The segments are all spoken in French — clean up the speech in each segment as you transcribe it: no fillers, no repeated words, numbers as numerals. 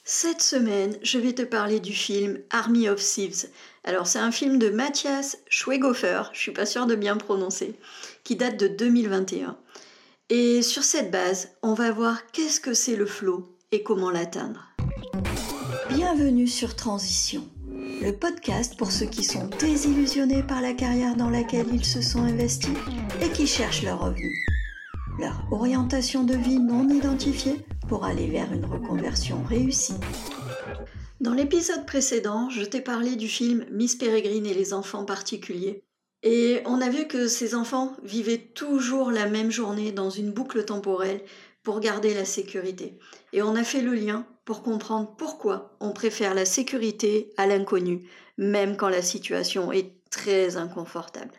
Cette semaine, je vais te parler du film Army of Thieves. Alors, c'est un film de Matthias Schweighöfer, je suis pas sûre de bien prononcer, qui date de 2021. Et sur cette base, on va voir qu'est-ce que c'est le flow et comment l'atteindre. Bienvenue sur Transition, le podcast pour ceux qui sont désillusionnés par la carrière dans laquelle ils se sont investis et qui cherchent leur revenu, leur orientation de vie non identifiée pour aller vers une reconversion réussie. Dans l'épisode précédent, je t'ai parlé du film Miss Peregrine et les enfants particuliers. Et on a vu que ces enfants vivaient toujours la même journée dans une boucle temporelle pour garder la sécurité. Et on a fait le lien pour comprendre pourquoi on préfère la sécurité à l'inconnu, même quand la situation est très inconfortable.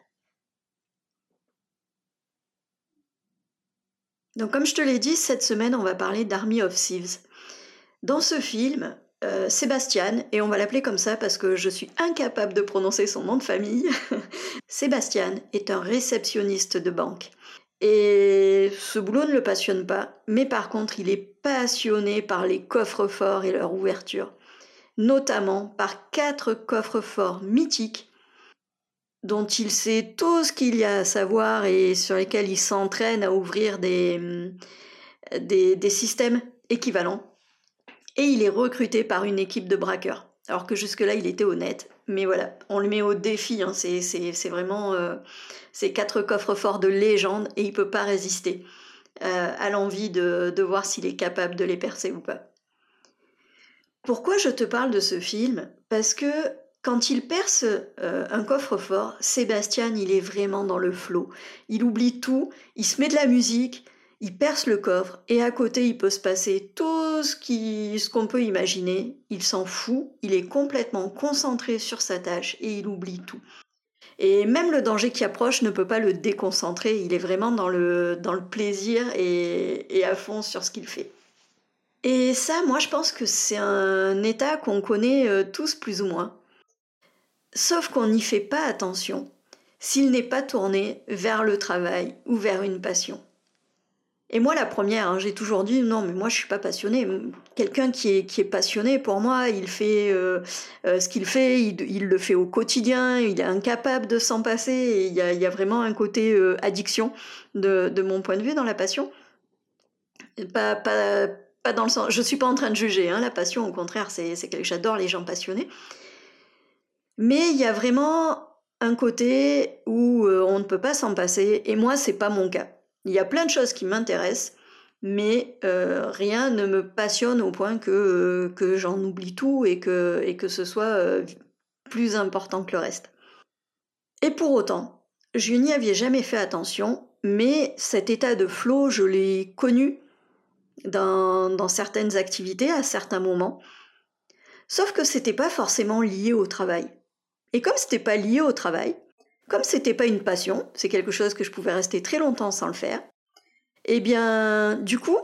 Donc comme je te l'ai dit, cette semaine, on va parler d'Army of Thieves. Dans ce film, Sébastien, et on va l'appeler comme ça parce que je suis incapable de prononcer son nom de famille, Sébastien est un réceptionniste de banque. Et ce boulot ne le passionne pas, mais par contre, il est passionné par les coffres-forts et leur ouverture, notamment par 4 coffres-forts mythiques dont il sait tout ce qu'il y a à savoir et sur lesquels il s'entraîne à ouvrir des systèmes équivalents. Et il est recruté par une équipe de braqueurs. Alors que jusque-là, il était honnête. Mais voilà, on le met au défi. Hein. C'est vraiment ces 4 coffres-forts de légende et il ne peut pas résister à l'envie de voir s'il est capable de les percer ou pas. Pourquoi je te parle de ce film ? Parce que quand il perce un coffre-fort, Sébastien, il est vraiment dans le flow. Il oublie tout, il se met de la musique, il perce le coffre et à côté, il peut se passer tout ce qu'on peut imaginer. Il s'en fout, il est complètement concentré sur sa tâche et il oublie tout. Et même le danger qui approche ne peut pas le déconcentrer. Il est vraiment dans le plaisir et à fond sur ce qu'il fait. Et ça, moi, je pense que c'est un état qu'on connaît tous plus ou moins. Sauf qu'on n'y fait pas attention s'il n'est pas tourné vers le travail ou vers une passion. Et moi, la première, j'ai toujours dit, non, mais moi, je suis pas passionnée. Quelqu'un qui est passionné, pour moi, il fait ce qu'il fait, il le fait au quotidien, il est incapable de s'en passer. Et il y a vraiment un côté addiction de mon point de vue dans la passion. Pas dans le sens... Je suis pas en train de juger, la passion, au contraire, c'est quelque chose. J'adore les gens passionnés. Mais il y a vraiment un côté où on ne peut pas s'en passer, et moi, c'est pas mon cas. Il y a plein de choses qui m'intéressent, mais rien ne me passionne au point que j'en oublie tout et que ce soit plus important que le reste. Et pour autant, je n'y avais jamais fait attention, mais cet état de flow, je l'ai connu dans certaines activités, à certains moments. Sauf que c'était pas forcément lié au travail. Et comme c'était pas lié au travail, comme c'était pas une passion, c'est quelque chose que je pouvais rester très longtemps sans le faire, eh bien, du coup,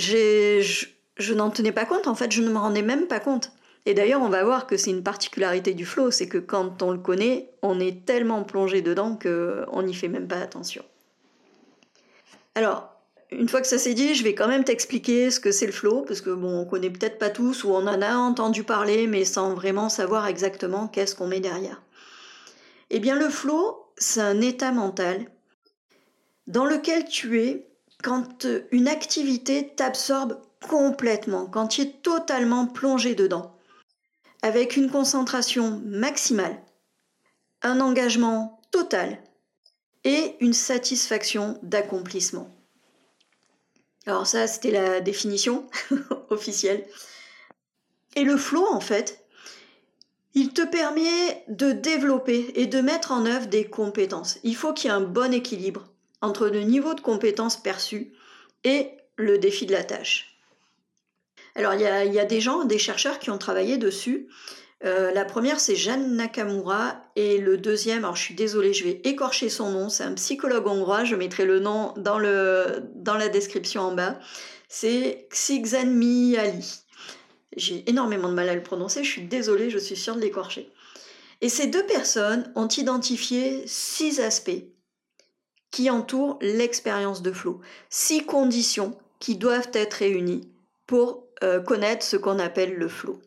je n'en tenais pas compte, en fait, je ne me rendais même pas compte. Et d'ailleurs, on va voir que c'est une particularité du flow, c'est que quand on le connaît, on est tellement plongé dedans qu'on n'y fait même pas attention. Alors, une fois que ça s'est dit, je vais quand même t'expliquer ce que c'est le flow, parce que bon, on connaît peut-être pas tous, ou on en a entendu parler, mais sans vraiment savoir exactement qu'est-ce qu'on met derrière. Eh bien, le flow, c'est un état mental dans lequel tu es quand une activité t'absorbe complètement, quand tu es totalement plongé dedans, avec une concentration maximale, un engagement total et une satisfaction d'accomplissement. Alors ça, c'était la définition officielle. Et le flow, en fait, il te permet de développer et de mettre en œuvre des compétences. Il faut qu'il y ait un bon équilibre entre le niveau de compétences perçues et le défi de la tâche. Alors, il y a des gens, des chercheurs qui ont travaillé dessus. La première, c'est Jeanne Nakamura, et le deuxième, alors je suis désolée, je vais écorcher son nom, c'est un psychologue hongrois, je mettrai le nom dans la description en bas, c'est Csikszentmihalyi. J'ai énormément de mal à le prononcer, je suis désolée, je suis sûre de l'écorcher. Et ces 2 personnes ont identifié 6 aspects qui entourent l'expérience de flow. 6 conditions qui doivent être réunies pour connaître ce qu'on appelle le flow.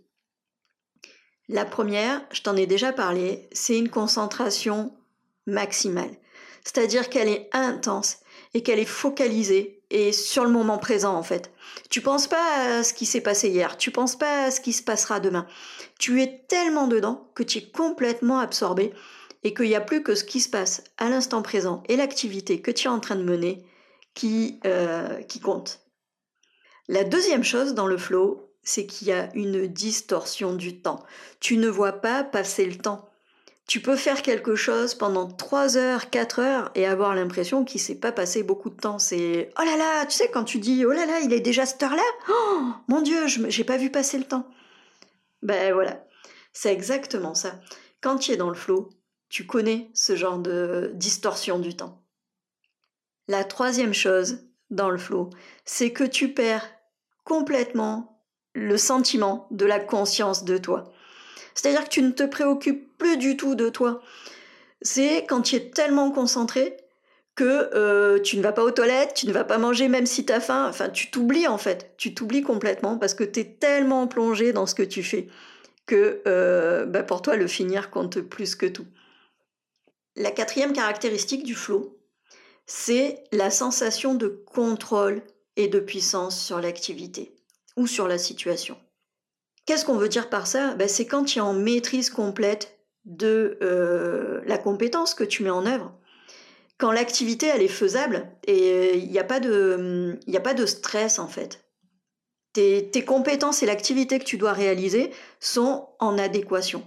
La première, je t'en ai déjà parlé, c'est une concentration maximale. C'est-à-dire qu'elle est intense et qu'elle est focalisée et sur le moment présent en fait. Tu penses pas à ce qui s'est passé hier, tu penses pas à ce qui se passera demain. Tu es tellement dedans que tu es complètement absorbé et qu'il n'y a plus que ce qui se passe à l'instant présent et l'activité que tu es en train de mener qui compte. La deuxième chose dans le flow, c'est qu'il y a une distorsion du temps. Tu ne vois pas passer le temps. Tu peux faire quelque chose pendant 3 heures, 4 heures et avoir l'impression qu'il ne s'est pas passé beaucoup de temps. C'est « Oh là là !» Tu sais, quand tu dis « Oh là là, il est déjà cette heure-là !»« Oh mon Dieu, je n'ai pas vu passer le temps !» Ben voilà, c'est exactement ça. Quand tu es dans le flow, tu connais ce genre de distorsion du temps. La troisième chose dans le flow, c'est que tu perds complètement le sentiment de la conscience de toi. C'est-à-dire que tu ne te préoccupes plus du tout de toi. C'est quand tu es tellement concentré que tu ne vas pas aux toilettes, tu ne vas pas manger même si tu as faim. Enfin, tu t'oublies en fait. Tu t'oublies complètement parce que tu es tellement plongé dans ce que tu fais que pour toi, le finir compte plus que tout. La quatrième caractéristique du flow, c'est la sensation de contrôle et de puissance sur l'activité ou sur la situation. Qu'est-ce qu'on veut dire par ça ? C'est quand tu es en maîtrise complète de la compétence que tu mets en œuvre. Quand l'activité, elle est faisable et il n'y a pas de stress en fait. Tes compétences et l'activité que tu dois réaliser sont en adéquation.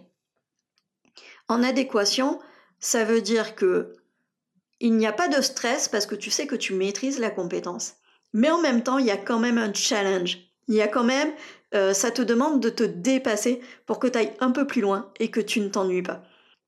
En adéquation, ça veut dire que il n'y a pas de stress parce que tu sais que tu maîtrises la compétence. Mais en même temps, il y a quand même un challenge. Il y a quand même, ça te demande de te dépasser pour que tu ailles un peu plus loin et que tu ne t'ennuies pas.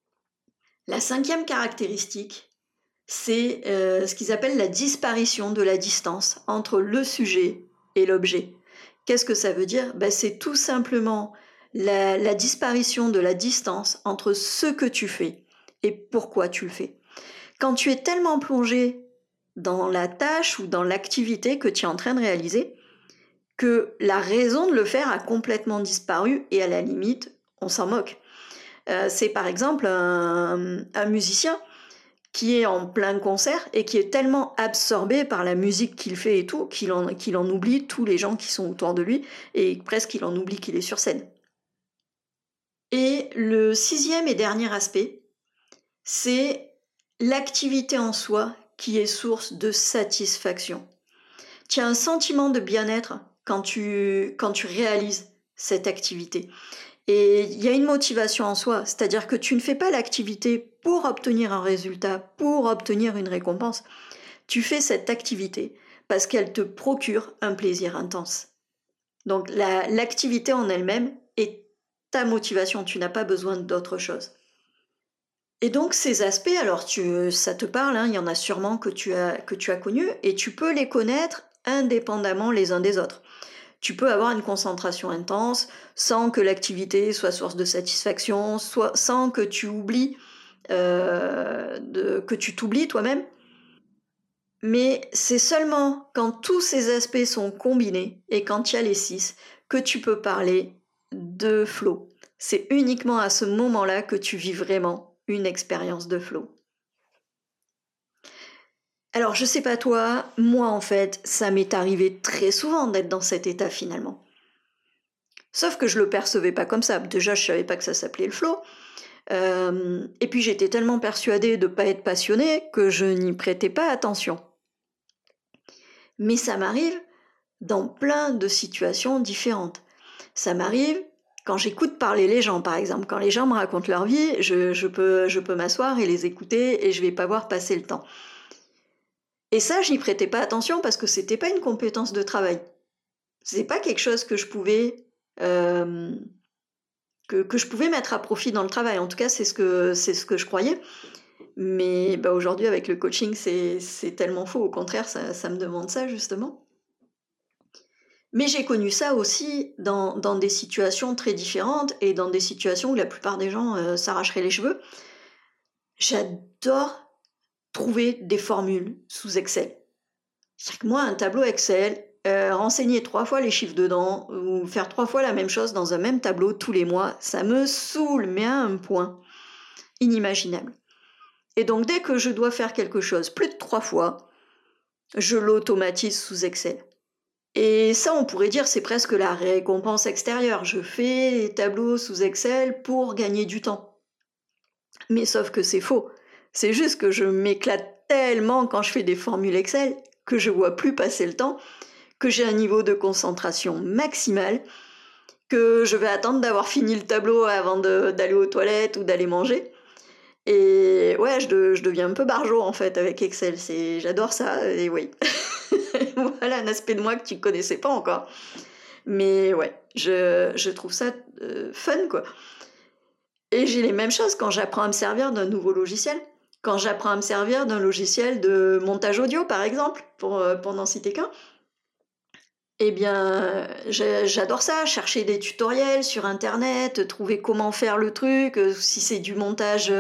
La cinquième caractéristique, c'est ce qu'ils appellent la disparition de la distance entre le sujet et l'objet. Qu'est-ce que ça veut dire ? C'est tout simplement la disparition de la distance entre ce que tu fais et pourquoi tu le fais. Quand tu es tellement plongé dans la tâche ou dans l'activité que tu es en train de réaliser, que la raison de le faire a complètement disparu et à la limite, on s'en moque. C'est par exemple un musicien qui est en plein concert et qui est tellement absorbé par la musique qu'il fait et tout, qu'il en oublie tous les gens qui sont autour de lui et presque il en oublie qu'il est sur scène. Et le sixième et dernier aspect, c'est l'activité en soi qui est source de satisfaction. Tu as un sentiment de bien-être quand tu réalises cette activité. Et il y a une motivation en soi, c'est-à-dire que tu ne fais pas l'activité pour obtenir un résultat, pour obtenir une récompense. Tu fais cette activité parce qu'elle te procure un plaisir intense. Donc l'activité en elle-même est ta motivation, tu n'as pas besoin d'autre chose. Et donc ces aspects, alors ça te parle, il y en a sûrement que tu as connu et tu peux les connaître indépendamment les uns des autres. Tu peux avoir une concentration intense sans que l'activité soit source de satisfaction, sans que tu oublies, que tu t'oublies toi-même. Mais c'est seulement quand tous ces aspects sont combinés et quand il y a les 6 que tu peux parler de flow. C'est uniquement à ce moment-là que tu vis vraiment une expérience de flow. Alors je sais pas toi, moi en fait, ça m'est arrivé très souvent d'être dans cet état finalement. Sauf que je le percevais pas comme ça. Déjà, je savais pas que ça s'appelait le flow. Et puis j'étais tellement persuadée de pas être passionnée que je n'y prêtais pas attention. Mais ça m'arrive dans plein de situations différentes. Ça m'arrive quand j'écoute parler les gens, par exemple. Quand les gens me racontent leur vie, je peux m'asseoir et les écouter et je vais pas voir passer le temps. Et ça, je n'y prêtais pas attention parce que c'était pas une compétence de travail. C'est pas quelque chose que je pouvais que je pouvais mettre à profit dans le travail. En tout cas, c'est ce que je croyais. Mais aujourd'hui, avec le coaching, c'est tellement faux. Au contraire, ça me demande ça, justement. Mais j'ai connu ça aussi dans des situations très différentes et dans des situations où la plupart des gens s'arracheraient les cheveux. J'adore trouver des formules sous Excel. C'est-à-dire que moi, un tableau Excel, renseigner 3 fois les chiffres dedans ou faire 3 fois la même chose dans un même tableau tous les mois, ça me saoule, mais à un point inimaginable. Et donc dès que je dois faire quelque chose plus de 3 fois, je l'automatise sous Excel. Et ça, on pourrait dire, c'est presque la récompense extérieure. Je fais les tableaux sous Excel pour gagner du temps. Mais sauf que c'est faux. C'est juste que je m'éclate tellement quand je fais des formules Excel que je vois plus passer le temps, que j'ai un niveau de concentration maximal, que je vais attendre d'avoir fini le tableau avant d'aller aux toilettes ou d'aller manger. Et ouais, je deviens un peu barjot en fait avec Excel. J'adore ça, et oui. Voilà un aspect de moi que tu connaissais pas encore. Mais ouais, je trouve ça fun, quoi. Et j'ai les mêmes choses quand j'apprends à me servir d'un nouveau logiciel. Quand j'apprends à me servir d'un logiciel de montage audio, par exemple, pour n'en citer qu'un, eh bien, j'adore ça, chercher des tutoriels sur Internet, trouver comment faire le truc, si c'est du montage,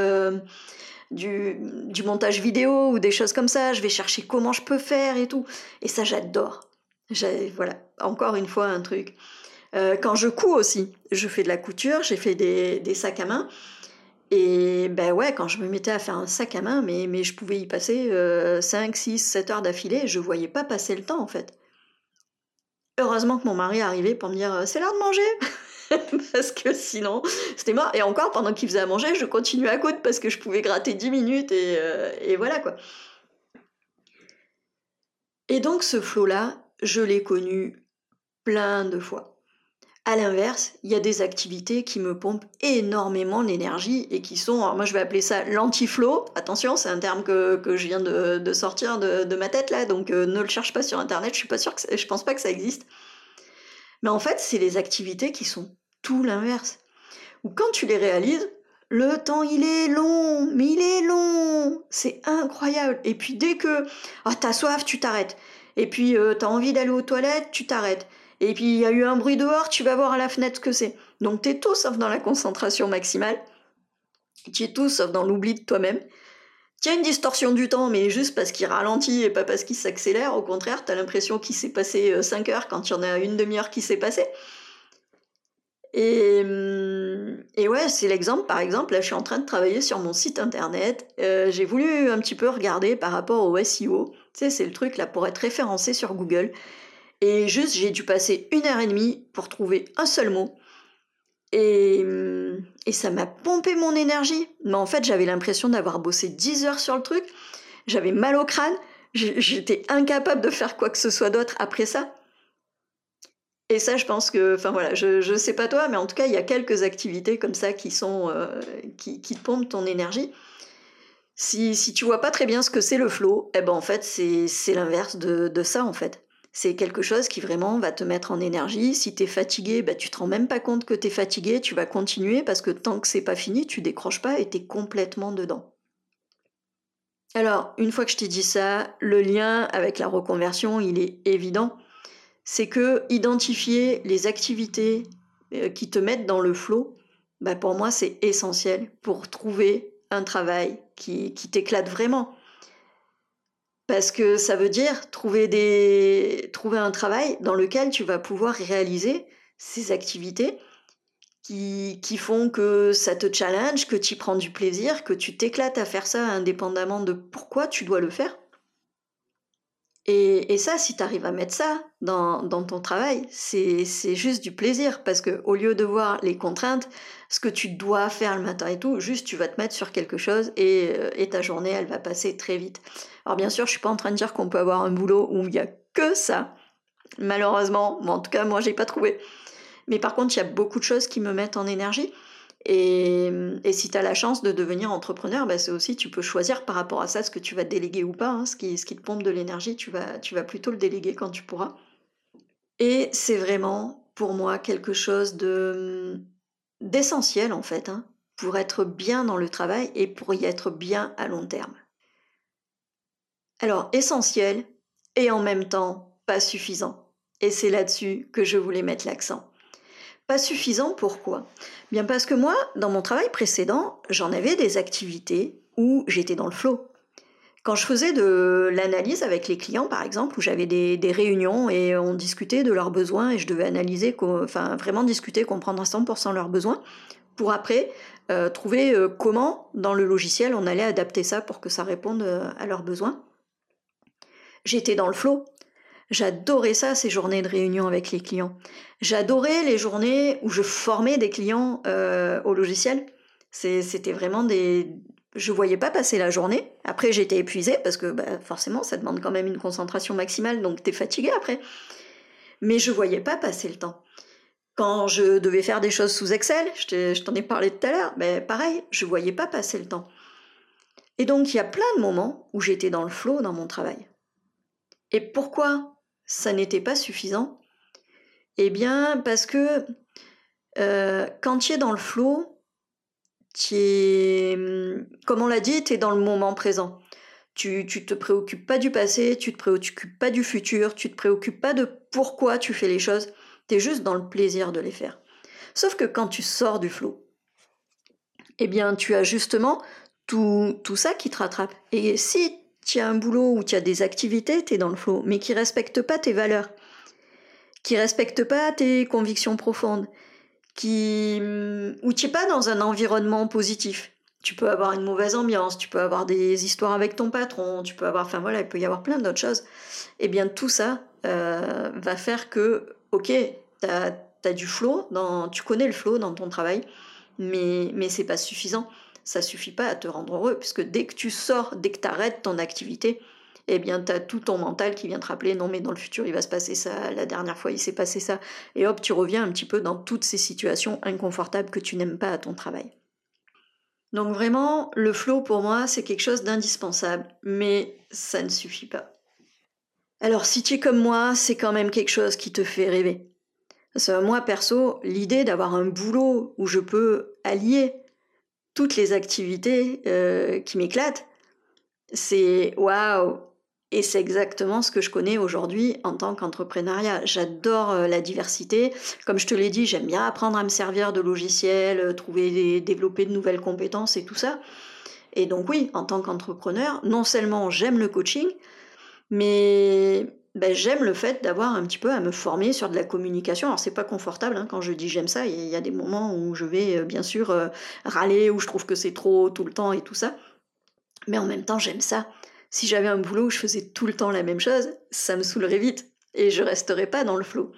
du montage vidéo ou des choses comme ça, je vais chercher comment je peux faire et tout. Et ça, j'adore. Voilà, encore une fois, un truc. Quand je couds aussi, je fais de la couture, j'ai fait des sacs à main. Et ben ouais, quand je me mettais à faire un sac à main, mais je pouvais y passer 5, 6, 7 heures d'affilée, je voyais pas passer le temps en fait. Heureusement que mon mari est arrivé pour me dire c'est l'heure de manger parce que sinon c'était mort. Et encore, pendant qu'il faisait à manger, je continuais à coudre parce que je pouvais gratter 10 minutes et voilà quoi. Et donc ce flow-là, je l'ai connu plein de fois. À l'inverse, il y a des activités qui me pompent énormément l'énergie et qui sont, alors moi je vais appeler ça l'anti-flow. Attention, c'est un terme que je viens de sortir de ma tête là, donc ne le cherche pas sur internet, je pense pas que ça existe. Mais en fait, c'est les activités qui sont tout l'inverse. Ou quand tu les réalises, le temps il est long, mais il est long, c'est incroyable. Et puis dès que t'as soif, tu t'arrêtes. Et puis t'as envie d'aller aux toilettes, tu t'arrêtes. Et puis il y a eu un bruit dehors, tu vas voir à la fenêtre ce que c'est. Donc t'es tout sauf dans la concentration maximale. Tu es tout sauf dans l'oubli de toi-même. Tu as une distorsion du temps, mais juste parce qu'il ralentit et pas parce qu'il s'accélère. Au contraire, t'as l'impression qu'il s'est passé 5 heures quand il y en a une demi-heure qui s'est passée. Et ouais, c'est l'exemple, par exemple, là je suis en train de travailler sur mon site internet, j'ai voulu un petit peu regarder par rapport au SEO, tu sais, c'est le truc là pour être référencé sur Google, et juste j'ai dû passer 1 heure et demie pour trouver un seul mot, et ça m'a pompé mon énergie, mais en fait j'avais l'impression d'avoir bossé 10 heures sur le truc, j'avais mal au crâne, j'étais incapable de faire quoi que ce soit d'autre après ça. Et ça, je pense que, enfin voilà, je sais pas toi, mais en tout cas, il y a quelques activités comme ça qui sont, qui te pompent ton énergie. Si tu vois pas très bien ce que c'est le flow, eh ben en fait, c'est l'inverse de ça en fait. C'est quelque chose qui vraiment va te mettre en énergie. Si t'es fatigué, bah, tu te rends même pas compte que t'es fatigué, tu vas continuer parce que tant que c'est pas fini, tu décroches pas et t'es complètement dedans. Alors, une fois que je t'ai dit ça, le lien avec la reconversion, il est évident. C'est que identifier les activités qui te mettent dans le flow, bah pour moi, c'est essentiel pour trouver un travail qui t'éclate vraiment. Parce que ça veut dire trouver un travail dans lequel tu vas pouvoir réaliser ces activités qui font que ça te challenge, que tu prends du plaisir, que tu t'éclates à faire ça indépendamment de pourquoi tu dois le faire. Et ça, si tu arrives à mettre ça dans ton travail, c'est juste du plaisir parce que au lieu de voir les contraintes, ce que tu dois faire le matin et tout, juste tu vas te mettre sur quelque chose et ta journée, elle va passer très vite. Alors bien sûr, je suis pas en train de dire qu'on peut avoir un boulot où il y a que ça, malheureusement. Bon, en tout cas, moi, j'ai pas trouvé. Mais par contre, il y a beaucoup de choses qui me mettent en énergie. Et si tu as la chance de devenir entrepreneur, bah, c'est aussi, tu peux choisir par rapport à ça ce que tu vas déléguer ou pas, hein. Ce qui te pompe de l'énergie, tu vas plutôt le déléguer quand tu pourras. Et c'est vraiment, pour moi, quelque chose d'essentiel, en fait, hein, pour être bien dans le travail et pour y être bien à long terme. Alors, essentiel et en même temps pas suffisant. Et c'est là-dessus que je voulais mettre l'accent. Pas suffisant, pourquoi? Bien parce que moi, dans mon travail précédent, j'en avais des activités où j'étais dans le flow. Quand je faisais de l'analyse avec les clients, par exemple, où j'avais des réunions et on discutait de leurs besoins et je devais analyser, enfin vraiment discuter, comprendre à 100% leurs besoins, pour après trouver comment, dans le logiciel, on allait adapter ça pour que ça réponde à leurs besoins. J'étais dans le flow. J'adorais ça, ces journées de réunion avec les clients. J'adorais les journées où je formais des clients au logiciel. C'était vraiment des... Je voyais pas passer la journée. Après, j'étais épuisée parce que forcément, ça demande quand même une concentration maximale, donc t'es fatiguée après. Mais je voyais pas passer le temps. Quand je devais faire des choses sous Excel, je t'en ai parlé tout à l'heure, pareil, je voyais pas passer le temps. Et donc, il y a plein de moments où j'étais dans le flow dans mon travail. Et pourquoi ça n'était pas suffisant? Eh bien, parce que quand tu es dans le flow, comme on l'a dit, tu es dans le moment présent. Tu te préoccupes pas du passé, tu te préoccupes pas du futur, tu te préoccupes pas de pourquoi tu fais les choses, tu es juste dans le plaisir de les faire. Sauf que quand tu sors du flow, eh bien, tu as justement tout ça qui te rattrape. Et si tu as un boulot où tu as des activités, tu es dans le flow, mais qui respectent pas tes valeurs, qui respectent pas tes convictions profondes, où tu n'es pas dans un environnement positif. Tu peux avoir une mauvaise ambiance, tu peux avoir des histoires avec ton patron, tu peux avoir, enfin voilà, il peut y avoir plein d'autres choses. Eh bien, tout ça va faire que, ok, t'as du flow, tu connais le flow dans ton travail, mais c'est pas suffisant. Ça suffit pas à te rendre heureux, puisque dès que tu sors, dès que tu arrêtes ton activité, eh bien, tu as tout ton mental qui vient te rappeler, non, mais dans le futur, il va se passer ça, la dernière fois, il s'est passé ça. Et hop, tu reviens un petit peu dans toutes ces situations inconfortables que tu n'aimes pas à ton travail. Donc vraiment, le flow, pour moi, c'est quelque chose d'indispensable, mais ça ne suffit pas. Alors, si tu es comme moi, c'est quand même quelque chose qui te fait rêver. Parce que moi, perso, l'idée d'avoir un boulot où je peux allier toutes les activités qui m'éclatent, c'est waouh! Et c'est exactement ce que je connais aujourd'hui en tant qu'entrepreneuriat. J'adore la diversité. Comme je te l'ai dit, j'aime bien apprendre à me servir de logiciels, développer de nouvelles compétences et tout ça. Et donc oui, en tant qu'entrepreneur, non seulement j'aime le coaching, mais j'aime le fait d'avoir un petit peu à me former sur de la communication. Alors c'est pas confortable quand je dis j'aime ça, il y a des moments où je vais bien sûr râler, où je trouve que c'est trop tout le temps et tout ça. Mais en même temps, j'aime ça. Si j'avais un boulot où je faisais tout le temps la même chose, ça me saoulerait vite et je resterais pas dans le flow.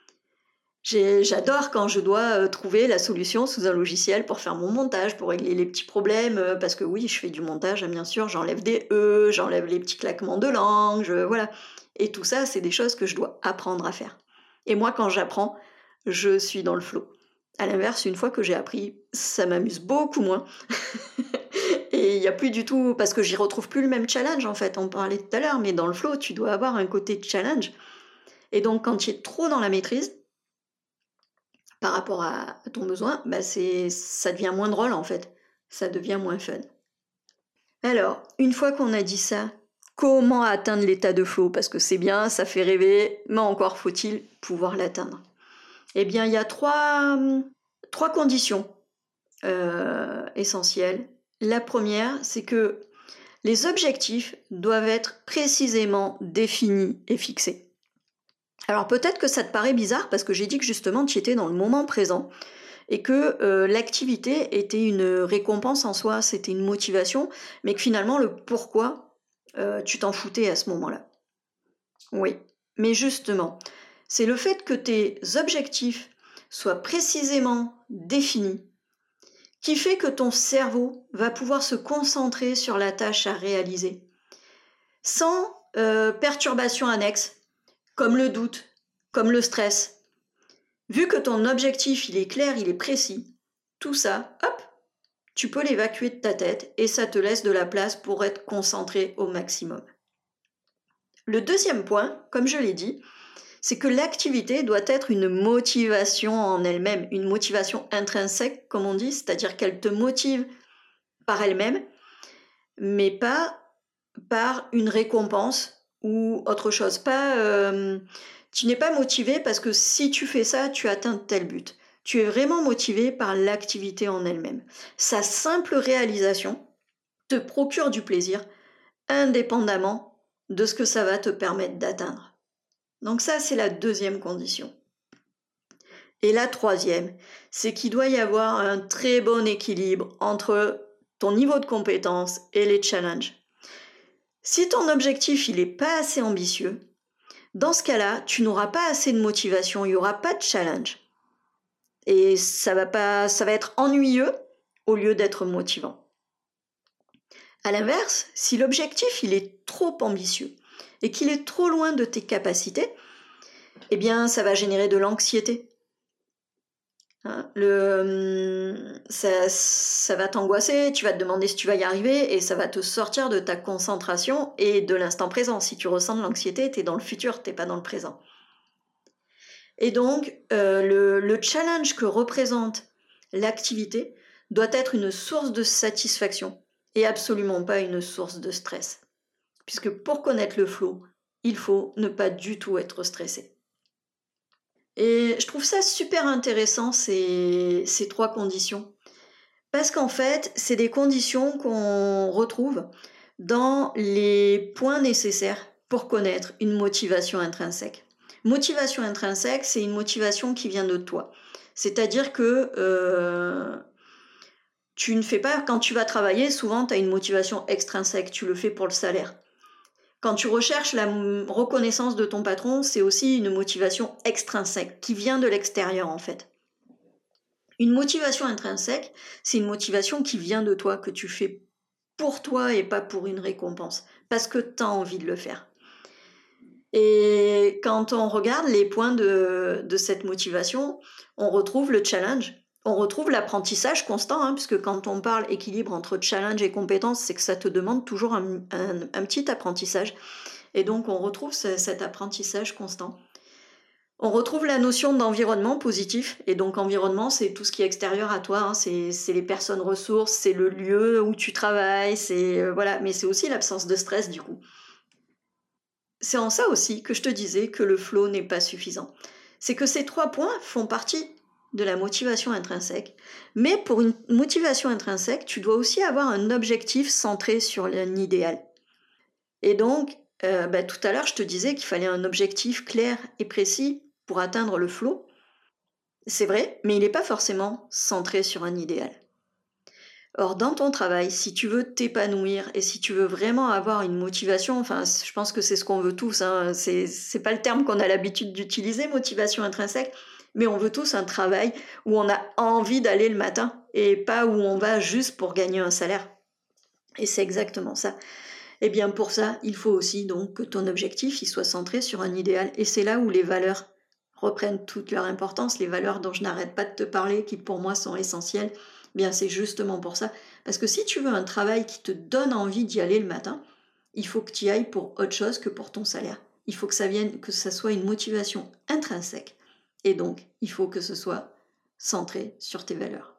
J'adore quand je dois trouver la solution sous un logiciel pour faire mon montage, pour régler les petits problèmes, parce que oui, je fais du montage, bien sûr, j'enlève des E, j'enlève les petits claquements de langue, voilà. Et tout ça, c'est des choses que je dois apprendre à faire. Et moi, quand j'apprends, je suis dans le flow. À l'inverse, une fois que j'ai appris, ça m'amuse beaucoup moins. Et il n'y a plus du tout, parce que j'y retrouve plus le même challenge en fait, on parlait tout à l'heure, mais dans le flow, tu dois avoir un côté de challenge. Et donc quand tu es trop dans la maîtrise, par rapport à ton besoin, ça devient moins drôle en fait, ça devient moins fun. Alors, une fois qu'on a dit ça, comment atteindre l'état de flow? Parce que c'est bien, ça fait rêver, mais encore faut-il pouvoir l'atteindre. Eh bien, il y a trois conditions essentielles. La première, c'est que les objectifs doivent être précisément définis et fixés. Alors peut-être que ça te paraît bizarre parce que j'ai dit que justement tu étais dans le moment présent et que l'activité était une récompense en soi, c'était une motivation, mais que finalement le pourquoi tu t'en foutais à ce moment-là. Oui, mais justement, c'est le fait que tes objectifs soient précisément définis qui fait que ton cerveau va pouvoir se concentrer sur la tâche à réaliser, sans perturbations annexes, comme le doute, comme le stress. Vu que ton objectif, il est clair, il est précis, tout ça, hop, tu peux l'évacuer de ta tête et ça te laisse de la place pour être concentré au maximum. Le deuxième point, comme je l'ai dit, c'est que l'activité doit être une motivation en elle-même, une motivation intrinsèque, comme on dit, c'est-à-dire qu'elle te motive par elle-même, mais pas par une récompense ou autre chose. Tu n'es pas motivé parce que si tu fais ça, tu atteins tel but. Tu es vraiment motivé par l'activité en elle-même. Sa simple réalisation te procure du plaisir indépendamment de ce que ça va te permettre d'atteindre. Donc ça, c'est la deuxième condition. Et la troisième, c'est qu'il doit y avoir un très bon équilibre entre ton niveau de compétence et les challenges. Si ton objectif il n'est pas assez ambitieux, dans ce cas-là, tu n'auras pas assez de motivation, il n'y aura pas de challenge. Et ça va être ennuyeux au lieu d'être motivant. À l'inverse, si l'objectif il est trop ambitieux et qu'il est trop loin de tes capacités, eh bien ça va générer de l'anxiété. Ça va t'angoisser, tu vas te demander si tu vas y arriver et ça va te sortir de ta concentration et de l'instant présent. Si tu ressens de l'anxiété, tu es dans le futur, tu n'es pas dans le présent. Et donc, le challenge que représente l'activité doit être une source de satisfaction et absolument pas une source de stress. Puisque pour connaître le flow, il faut ne pas du tout être stressé. Et je trouve ça super intéressant, ces trois conditions. Parce qu'en fait, c'est des conditions qu'on retrouve dans les points nécessaires pour connaître une motivation intrinsèque. Motivation intrinsèque, c'est une motivation qui vient de toi. C'est-à-dire que tu ne fais pas, quand tu vas travailler, souvent tu as une motivation extrinsèque, tu le fais pour le salaire. Quand tu recherches la reconnaissance de ton patron, c'est aussi une motivation extrinsèque qui vient de l'extérieur en fait. Une motivation intrinsèque, c'est une motivation qui vient de toi, que tu fais pour toi et pas pour une récompense, parce que tu as envie de le faire. Et quand on regarde les points de cette motivation, on retrouve le challenge, on retrouve l'apprentissage constant, puisque quand on parle équilibre entre challenge et compétence, c'est que ça te demande toujours un petit apprentissage. Et donc on retrouve cet apprentissage constant. On retrouve la notion d'environnement positif, et donc environnement, c'est tout ce qui est extérieur à toi, c'est les personnes ressources, c'est le lieu où tu travailles, voilà, mais c'est aussi l'absence de stress du coup. C'est en ça aussi que je te disais que le flow n'est pas suffisant. C'est que ces trois points font partie de la motivation intrinsèque, mais pour une motivation intrinsèque, tu dois aussi avoir un objectif centré sur un idéal. Et donc, tout à l'heure, je te disais qu'il fallait un objectif clair et précis pour atteindre le flow. C'est vrai, mais il n'est pas forcément centré sur un idéal. Or, dans ton travail, si tu veux t'épanouir et si tu veux vraiment avoir une motivation, enfin, je pense que c'est ce qu'on veut tous, c'est pas le terme qu'on a l'habitude d'utiliser, motivation intrinsèque, mais on veut tous un travail où on a envie d'aller le matin et pas où on va juste pour gagner un salaire. Et c'est exactement ça. Et bien pour ça, il faut aussi donc que ton objectif il soit centré sur un idéal. Et c'est là où les valeurs reprennent toute leur importance, les valeurs dont je n'arrête pas de te parler, qui pour moi sont essentielles. Bien c'est justement pour ça. Parce que si tu veux un travail qui te donne envie d'y aller le matin, il faut que tu y ailles pour autre chose que pour ton salaire. Il faut que ça soit une motivation intrinsèque. Et donc, il faut que ce soit centré sur tes valeurs.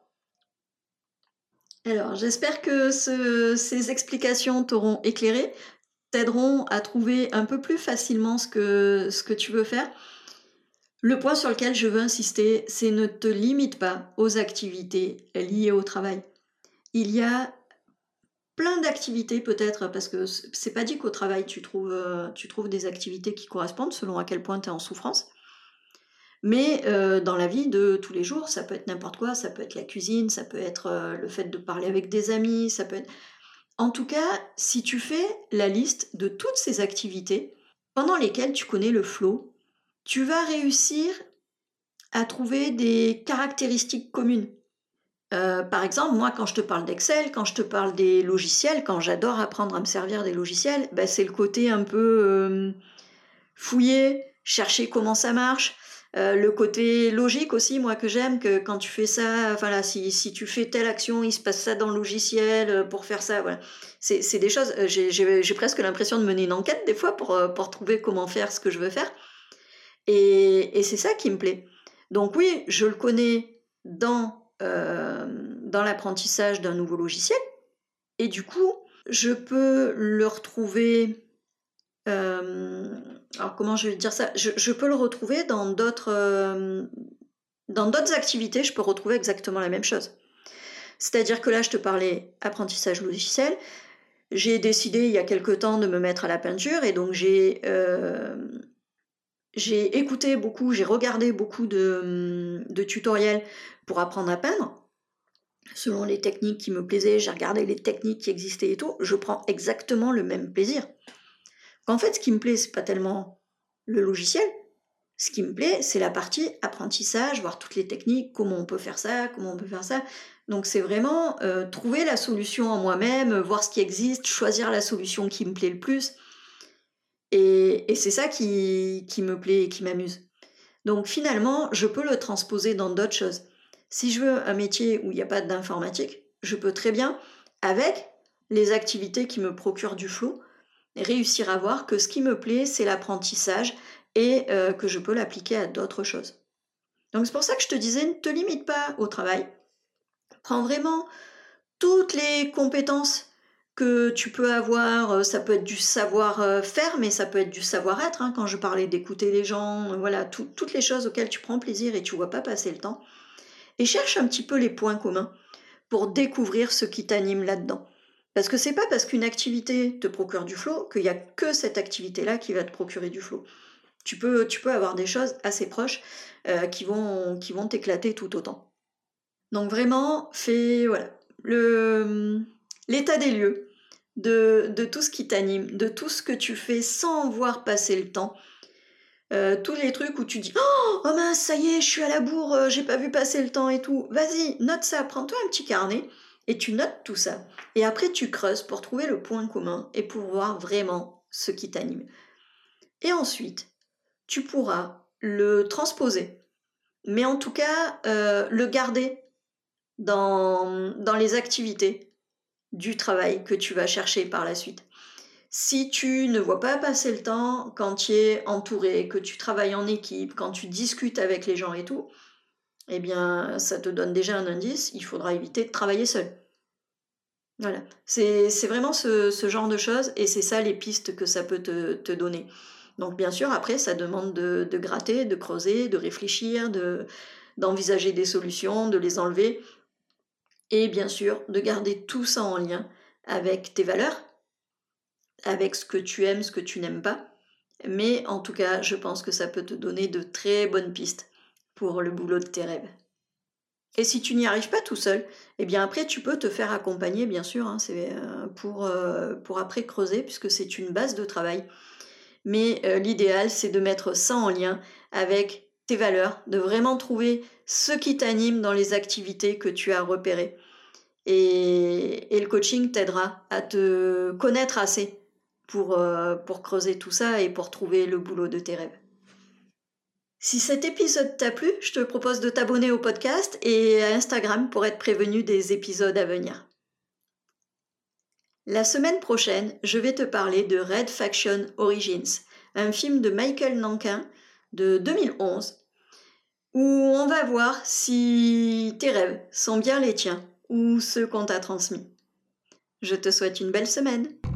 Alors, j'espère que ces explications t'auront éclairé, t'aideront à trouver un peu plus facilement ce que tu veux faire. Le point sur lequel je veux insister, c'est ne te limite pas aux activités liées au travail. Il y a plein d'activités peut-être, parce que c'est pas dit qu'au travail tu trouves des activités qui correspondent selon à quel point tu es en souffrance. Mais dans la vie de tous les jours, ça peut être n'importe quoi, ça peut être la cuisine, ça peut être le fait de parler avec des amis, ça peut être... En tout cas, si tu fais la liste de toutes ces activités pendant lesquelles tu connais le flow, tu vas réussir à trouver des caractéristiques communes. Par exemple, moi, quand je te parle d'Excel, quand je te parle des logiciels, quand j'adore apprendre à me servir des logiciels, c'est le côté un peu fouiller, chercher comment ça marche. Le côté logique aussi, moi que j'aime, que quand tu fais ça, voilà, si tu fais telle action, il se passe ça dans le logiciel pour faire ça. Voilà. C'est des choses, j'ai presque l'impression de mener une enquête des fois pour trouver comment faire ce que je veux faire. Et c'est ça qui me plaît. Donc oui, je le connais dans l'apprentissage d'un nouveau logiciel. Et du coup, je peux le retrouver... alors comment je vais dire ça, je peux le retrouver dans d'autres activités, je peux retrouver exactement la même chose. C'est-à-dire que là, je te parlais apprentissage logiciel, J'ai décidé il y a quelque temps de me mettre à la peinture et donc j'ai écouté beaucoup, j'ai regardé beaucoup de tutoriels pour apprendre à peindre. Selon les techniques qui me plaisaient, j'ai regardé les techniques qui existaient et tout. Je prends exactement le même plaisir. En fait, ce qui me plaît, c'est pas tellement le logiciel. Ce qui me plaît, c'est la partie apprentissage, voir toutes les techniques, comment on peut faire ça, comment on peut faire ça. Donc c'est vraiment trouver la solution en moi-même, voir ce qui existe, choisir la solution qui me plaît le plus. Et c'est ça qui me plaît et qui m'amuse. Donc finalement, je peux le transposer dans d'autres choses. Si je veux un métier où il n'y a pas d'informatique, je peux très bien, avec les activités qui me procurent du flow, réussir à voir que ce qui me plaît, c'est l'apprentissage et que je peux l'appliquer à d'autres choses. Donc c'est pour ça que je te disais, ne te limite pas au travail. Prends vraiment toutes les compétences que tu peux avoir, ça peut être du savoir-faire, mais ça peut être du savoir-être, hein, quand je parlais d'écouter les gens, voilà, toutes les choses auxquelles tu prends plaisir et tu vois pas passer le temps. Et cherche un petit peu les points communs pour découvrir ce qui t'anime là-dedans. Parce que c'est pas parce qu'une activité te procure du flow qu'il n'y a que cette activité-là qui va te procurer du flow. Tu peux avoir des choses assez proches qui vont t'éclater tout autant. Donc vraiment, fais voilà, l'état des lieux de tout ce qui t'anime, de tout ce que tu fais sans voir passer le temps. Tous les trucs où tu dis oh mince, ça y est, je suis à la bourre, j'ai pas vu passer le temps et tout. Vas-y, note ça, prends-toi un petit carnet et tu notes tout ça. Et après, tu creuses pour trouver le point commun et pour voir vraiment ce qui t'anime. Et ensuite, tu pourras le transposer, mais en tout cas, le garder dans les activités du travail que tu vas chercher par la suite. Si tu ne vois pas passer le temps quand tu es entouré, que tu travailles en équipe, quand tu discutes avec les gens et tout, eh bien, ça te donne déjà un indice, il faudra éviter de travailler seul. Voilà, c'est vraiment ce genre de choses et c'est ça les pistes que ça peut te donner. Donc bien sûr, après, ça demande de gratter, de creuser, de réfléchir, d'envisager des solutions, de les enlever et bien sûr, de garder tout ça en lien avec tes valeurs, avec ce que tu aimes, ce que tu n'aimes pas. Mais en tout cas, je pense que ça peut te donner de très bonnes pistes pour le boulot de tes rêves. Et si tu n'y arrives pas tout seul, eh bien après tu peux te faire accompagner, bien sûr, hein, c'est pour après creuser, puisque c'est une base de travail. Mais l'idéal, c'est de mettre ça en lien avec tes valeurs, de vraiment trouver ce qui t'anime dans les activités que tu as repérées. Et le coaching t'aidera à te connaître assez pour creuser tout ça et pour trouver le boulot de tes rêves. Si cet épisode t'a plu, je te propose de t'abonner au podcast et à Instagram pour être prévenu des épisodes à venir. La semaine prochaine, je vais te parler de Red Faction Origins, un film de Michael Nankin de 2011, où on va voir si tes rêves sont bien les tiens ou ceux qu'on t'a transmis. Je te souhaite une belle semaine.